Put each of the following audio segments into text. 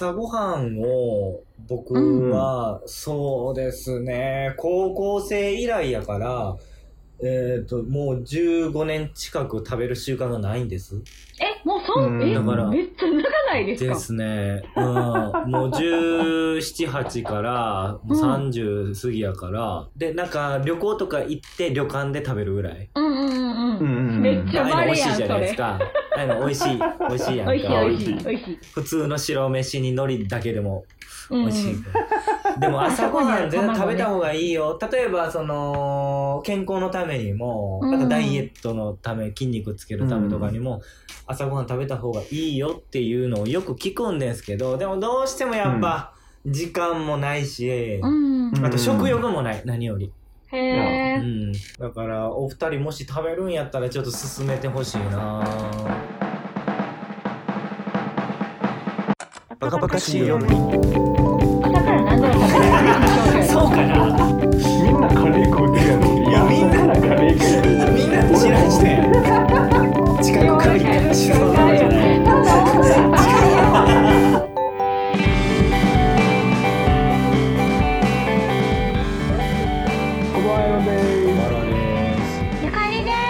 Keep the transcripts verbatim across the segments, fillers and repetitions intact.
朝ごはんを僕は、うん、そうですね、高校生以来やから、えっと、もうじゅうごねん近く食べる習慣がないんです。 え、もうそう、うん、え、だからめっちゃ長ないですか？ ですね。うん。もうじゅうなな、はちからもうさんじゅう過ぎやから、うん、で、なんか旅行とか行って旅館で食べるぐらい。 うんうんうんうん。めっちゃバレやん、それ。美味しいじゃないですか。 ああいうの美味しい。美味しいやんか。 美味しい美味しい美味しい。 普通の白飯に海苔だけでも美味しい。うんうん、でも朝ごはん全然食べた方がいいよ。例えばその健康のためにも、なんかダイエットのため、筋肉つけるためとかにも、うん、朝ごはん食べた方がいいよっていうのをよく聞くんですけど、でもどうしてもやっぱ時間もないし、うん、あと食欲もない、何より。 へー、 うん、だからお二人もし食べるんやったらちょっと勧めてほしいな。バカバカしいよ。 朝から何度も食べる。 そうかな。 みんなカレー食うてるやろ。いや、みんなカレー食うてる。 みんなで知らんして近くカレーしそうなんじゃない。 こんばんはです。 バラです。 ゆかりです。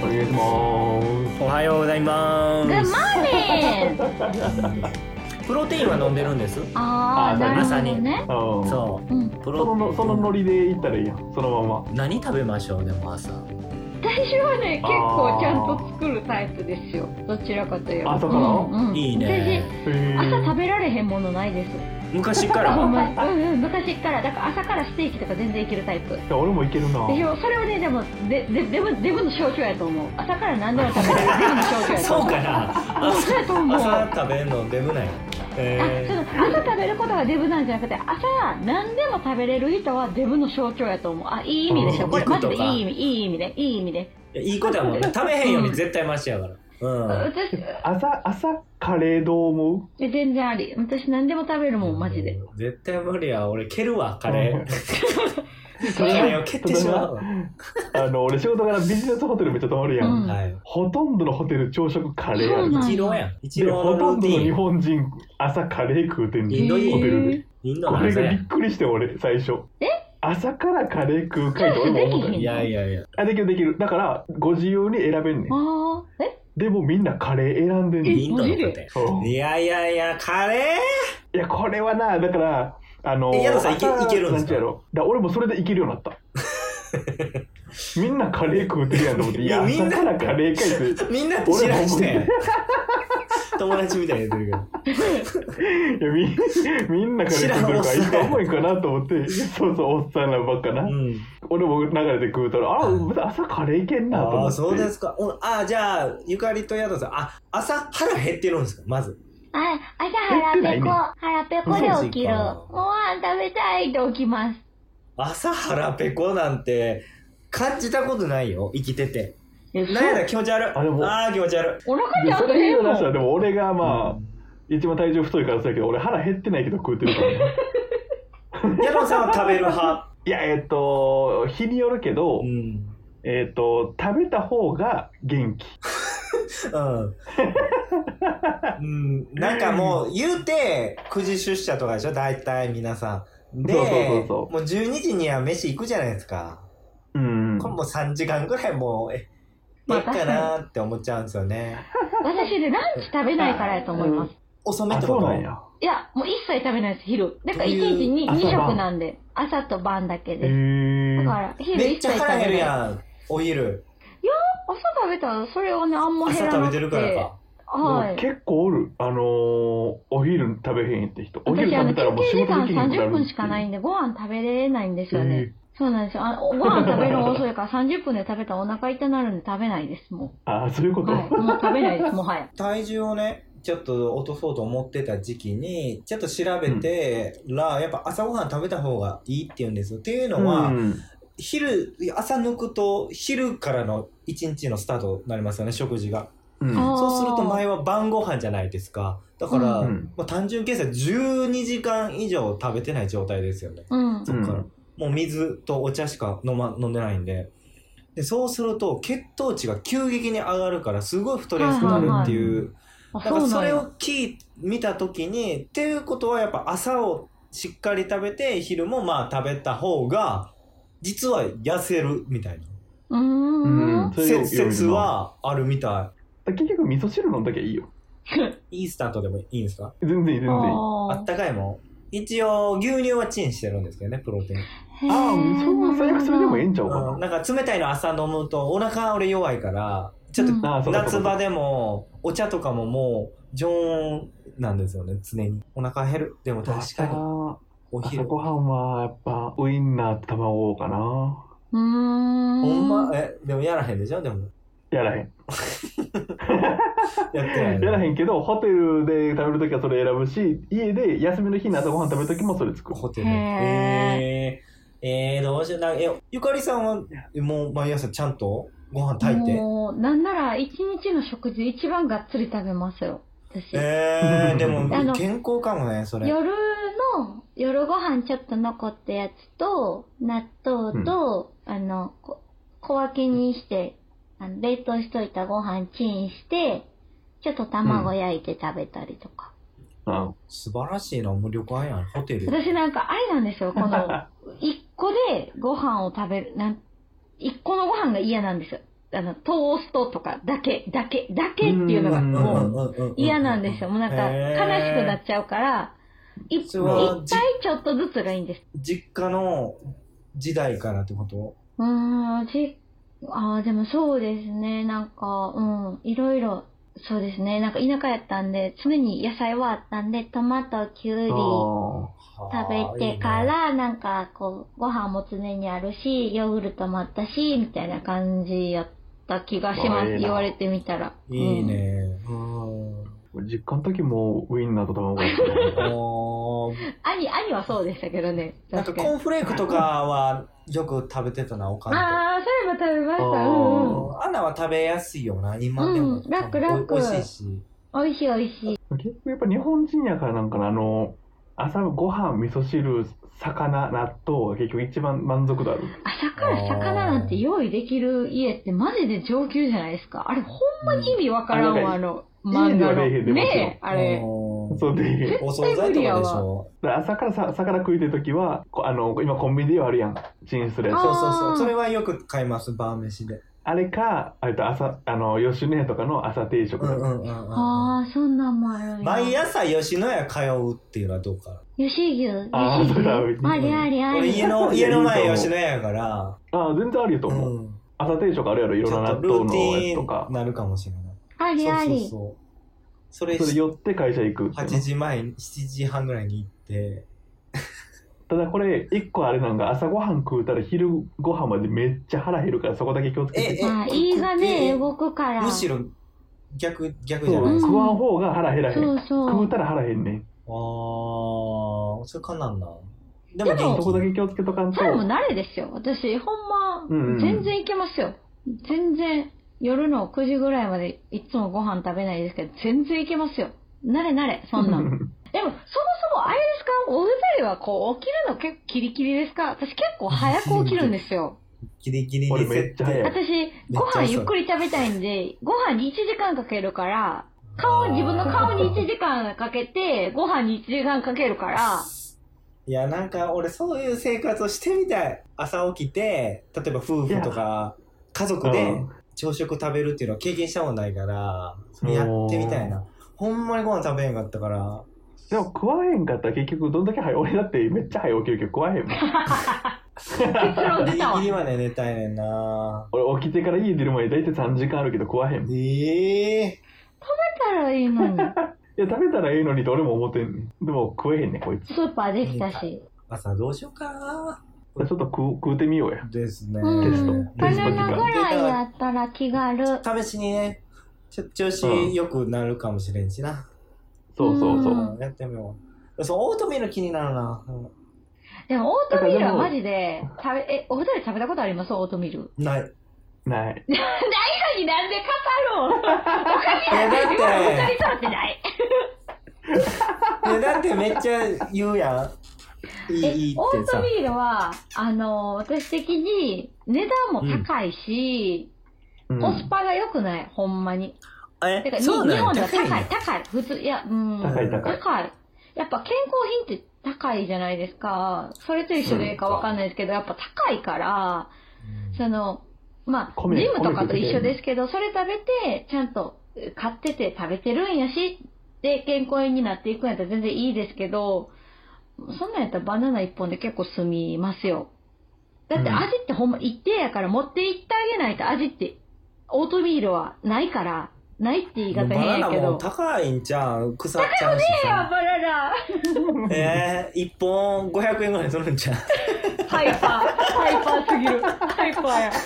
お願いします。 おはようございます。 グッモーニング。 プロテインは飲んでるんです。 ああ、なるほどね。 そう。うん、 プロそのそのノリでいったらいいやん。そのまま。 何食べましょうでも朝。 私はね、結構ちゃんと作るタイプですよ。どちらかというと。 朝から、 うんうん、 いいね。 朝食べられへんものないです。 昔からほんまに、うんうん、昔からだから朝からステーキとか全然いけるタイプ。いや俺もいけるな。 でしょ。それはねでもででデブデブの象徴やと思う。朝から何でも食べられるデブの象徴やと思う。 そうかな。 そうやと思う。 朝食べるのデブなんや。 えー、あ、その朝食べることがデブなんじゃなくて、朝何でも食べれる人はデブの象徴やと思う。あ、いい意味でしょ。これマジでいい意味、いい意味で、いい意味で。 いいことやもんね。食べへんより絶対マシやから。うん。 私朝朝カレーどう思う？ え全然あり。私何でも食べるもんマジで。 絶対無理や。俺蹴るわカレー。カレーを蹴ってしまう。 あの俺仕事からビジネスホテルめっちゃ泊まるやん。 うんはい。ほとんどのホテル朝食カレーある。 一郎やん。一郎のほとんどの日本人朝カレー食うてんねん。ホテルで。 インドこれがびっくりして俺最初。 え？ 朝からカレー食うかいと俺も思った。 いやいやいや。 あ、できるできる。だからご自由に選べんねん。 ああ。え？ でもみんなカレー選んでんねん。 インドの方。いやいやいやカレー？いやこれはなだからあのー。 え、矢野さんいけいけるんですか？ なんだ俺もそれでいけるようになった。みんなカレー食うてるやんと思って。いやみんなからカレーかいって。 みんなって知らんしてん。友達みたいに言ってるけど。いや み, みんなカレー食うてるからいいか重いかなと思って。そうそうおっさんらばっかな。うん、俺も流れて食うたらああ朝カレーいけんなと思って。あそうですか。あじゃあゆかりと矢野さんあ朝腹減ってるんですかまず。 あ朝腹ペコ、腹ペコで起きる。ご飯食べたいと起きます。 朝腹ペコなんて感じたことないよ生きてて。なんやだ気持ち悪い。あでもあ気持ち悪い。 お腹ちゃんと減るの。 でも俺がまあ、うん、一番体重太いからそうやけど俺腹減ってないけど食うてるからね。 矢野さんは食べる派？ いやえっと日によるけど、うん、えっと食べた方が元気。 うん、うん、なんかもう言うてくじ出社とかでしょ大体皆さんで。そうそうそうそう。もうじゅうにじには飯行くじゃないですか。うん。これもうさんじかんぐらいもうええっかなって思っちゃうんですよね。 私でランチ食べないからやと思います。 遅めってこと？ なんや。 いやもう一切食べないです昼。だからいちにちにに食なんで朝と晩だけです。だから昼めっちゃ腹減るやんお昼。 いや朝食べたらそれはねあんま減らなくて。朝食べてるからか。はい、 結構おる、あのー、お昼食べへんって人。お昼食べたらもう仕事できへんくなる。 私あの休憩時間さんじゅっぷんしかないんでご飯食べれないんですよね。そうなんですよ。あご飯食べるの遅いからさんじゅっぷんで食べたらお腹痛なるんで食べないですもう。 ああそういうこと。 はい、もう食べないですもはや。 体重をねちょっと落とそうと思ってた時期にちょっと調べてら、うん、やっぱ朝ごはん食べた方がいいって言うんですよ。っていうのは、うん、昼朝抜くと昼からの一日のスタートになりますよね食事が。うん、そうすると前は晩ご飯じゃないですか。だから、うんまあ、単純計算じゅうにじかん以上食べてない状態ですよね、うん、そっからもう水とお茶しか飲,、ま、飲んでないん で, でそうすると血糖値が急激に上がるからすごい太りやすくなるっていうだからそれを聞い見た時にっていうことはやっぱ朝をしっかり食べて昼もまあ食べた方が実は痩せるみたいなうーん説はあるみたい。結局味噌汁飲んだきゃいいよ。 インスタントでもいいんですか？ 全然いい全然いい。 あったかいもん。一応牛乳はチンしてるんですけどね、プロテイン。 ああ、そう最悪それでもええんちゃうかな。 うん、なんか冷たいの朝飲むとお腹俺弱いからちょっと夏場でもお茶とかももう常温なんですよね、常に。お腹減る。でも確かにお昼ご飯はやっぱウインナーと卵かな。 うーん。 ほんまえでもやらへんでしょ。でもやらへん。 やってない、 ね。やらへんけどホテルで食べるときはそれ選ぶし、家で休みの日に朝ごはん食べるときもそれ作る。 ホテル。えー、えー、どうしような。えゆかりさんはもう毎朝ちゃんとご飯炊いて？ もうなんなら一日の食事一番がっつり食べますよ。私。 えー、でも健康かもねそれ。 夜の夜ご飯ちょっと残ったやつと納豆と、うん、あの小分けにしてあの冷凍しといたご飯チンしてちょっと卵焼いて食べたりとか。 うん、 素晴らしいな、無力あやん、ホテル。 私なんかあれなんですよ、この一個でご飯を食べるなん一個のご飯が嫌なんですよ。あのトーストとかだけだけだけっていうのがもう嫌なんですよ。もうなんか悲しくなっちゃうから一体ちょっとずつがいいんです。 実家の時代からってこと？ うーん、じああでもそうですね。なんかうんいろいろそうですね。なんか田舎やったんで常に野菜はあったんでトマトキュウリ食べてからいい、ね、なんかこうご飯も常にあるしヨーグルトもあったしみたいな感じやった気がします。言われてみたらいいね。うん、 実家の時もウインナーと卵が兄兄はそうでしたけどね。 なんかコーンフレークとかはよく食べてたな、おかんと。 ああ、そういえば食べました。うんうん。 アナは食べやすいよな、今でも。 うん、楽楽。 おいしいし。 おいしいおいしい。 結構やっぱ日本人やからなんかな、あの、朝ご飯、味噌汁、魚、納豆が結局一番満足度ある。 朝から魚なんて用意できる家ってマジで上級じゃないですか。あれほんまに意味わからんわ、あの、漫画の。ねえ、あれ。 そうでお惣菜とかでしょ。 朝からさ魚食いてるときはあの今コンビニではあるやん、チンするやつ。 そうそうそう、それはよく買います、バー飯で。 あれかあれと朝あの吉野家とかの朝定食。 うんうんうんうん、 ああそんなんもある。 毎朝吉野家通うっていうのはどうかな。 吉牛。 ああそうだ。ありありあり。 俺家の家の前吉野家やから。ああ全然ありやと思う。うん、朝定食あるやろ、いろんな納豆のやつとか。 なるかもしれない。 ありあり。 そうそうそう。それそれ寄って会社行く。 はちじまえ、しちじはんぐらいに行って。 ただこれ、一個あれなんか、朝ごはん食うたら昼ご飯までめっちゃ腹減るから、そこだけ気をつけて。 え、あ、胃がね、動くから。 むしろ逆、逆じゃないですか。食わん方が腹減らへん。 そうそう。 食うたら腹減んねん。 あー、それかなんな。 でも、 でもそこだけ気をつけとかんと。 それも慣れですよ。私、ほんま、うんうん、全然いけますよ。全然。夜のくじぐらいまでいつもご飯食べないですけど、全然いけますよ。慣れ慣れ、そんなん。でも、そもそもあれですか、お二人はこう、起きるの結構キリキリですか？私結構早く起きるんですよ。 キリキリに設定。 私、ご飯ゆっくり食べたいんで、ご飯にいちじかんかけるから、顔、自分の顔にいちじかんかけて、ご飯にいちじかんかけるから。 いや、なんか俺そういう生活をしてみたい。朝起きて、例えば夫婦とか家族で、朝食食べるっていうのは経験したことないから、それやってみたいな。ほんまにご飯食べへんかったから。 でも食わへんかったら結局どんだけ早い、俺だってめっちゃ早起きるけど食わへんもん。 ギリギリまで寝たいねんな。 俺起きてから家出る前に大体さんじかんあるけど食わへんもん。 ええー。 食べたらいいのに。いや食べたらいいのにって俺も思ってんねん。でも食えへんねんこいつ。 スーパーできたし。 朝どうしようかな。 ちょっと食う、食うてみようや。 ですね。 テスト。 バナナぐらいやったら気軽。 試しにね、ちょ調子良くなるかもしれんしな。うん、 そうそうそう。 やってみよう。そう、オートミール気になるな。うん、 でも、オートミールはマジで、食べ、え、お二人食べたことありますオートミール。 ない。 ない。ないのになんで語ろう。おかしいな。だって。お二人触ってない。 いや、だってめっちゃ言うやん。いいいいオートミールはあの私的に値段も高いし、うん、コスパが良くないほんまに。 え、 てかそうなん日本では高い、 高いね高い。普通、いや、うん。 高い高い高い。やっぱ健康品って高いじゃないですか。それと一緒でいいかわかんないですけど、やっぱ高いから、その、まあ、ジ米ムとかと一緒ですけど、それ食べて、ちゃんと買ってて食べてるんやし、で、健康品になっていくんやったら全然いいですけど、そんなんやったらバナナ一本で結構済みますよ。だって味ってほんま一定やから持って行ってあげないと味って、オートミールはないから、ないって言い方変やけど。 バナナも高いんちゃう腐っちゃうしさ。 高いねや、バナナ。 えー、一本ごひゃくえんぐらいするんちゃう。 ハイパー、ハイパーすぎる。ハイパーや。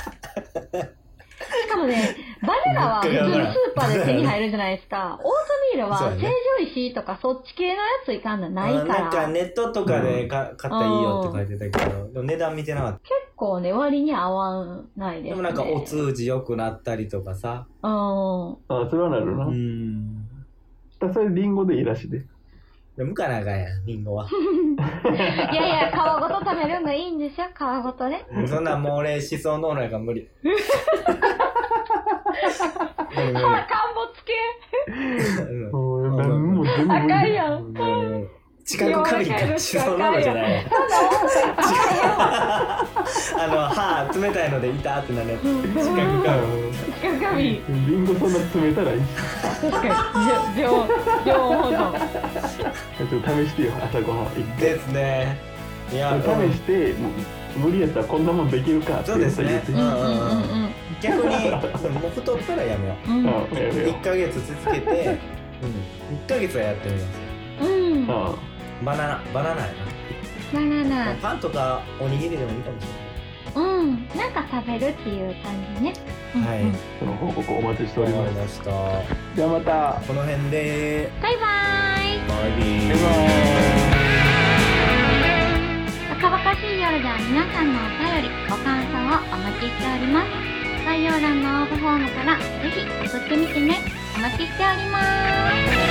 しかもね、バナナは普通にスーパーで手に入るじゃないですか。オートミールは成城石井とかそっち系のやついかんのないから。 なんかネットとかでか、うん、買ったらいいよって書いてたけど、でも値段見てなかった。 結構ね、割に合わないですね。 でもなんかお通じ良くなったりとかさ。 うん。 ああ、それはなるな。うん。だそれリンゴでいいらしいで。 でもかなあかんやん、リンゴは。 いやいや、皮ごと食べるのがいいんですよ、皮ごとね。 そんなんもう俺、思想能力が無理。 無理無理。あ、かんぼつけ。 もう、なんも全部無理。 あかんやん。 知覚過敏か、思想能力じゃない。あの、歯、冷たいのでいたってなるやつ。知覚過敏。 知覚過敏。 リンゴそんな冷たないし。 確かに。常温保存。 ちょっと試してよ、朝ごはん行って。 ですね。いや、 試して、無理やったらこんなもんできるかってそうですね。逆に、もう太ったらやめよう。いっかげつ続けて、いっかげつはやってみます。 うん。 バナナ、バナナやな。 バナナ。 パンとかおにぎりでもいいかもしれない。うん。なんか食べるっていう感じね。 はい。 その報告お待ちしております。 ました。 じゃあまた。 この辺で。 バイバイ。 バイビー。 バイバイ。バカバカしい夜では皆さんのお便り、ご感想をお待ちしております。概要欄の応募フォームからぜひ送ってみてね。お待ちしております。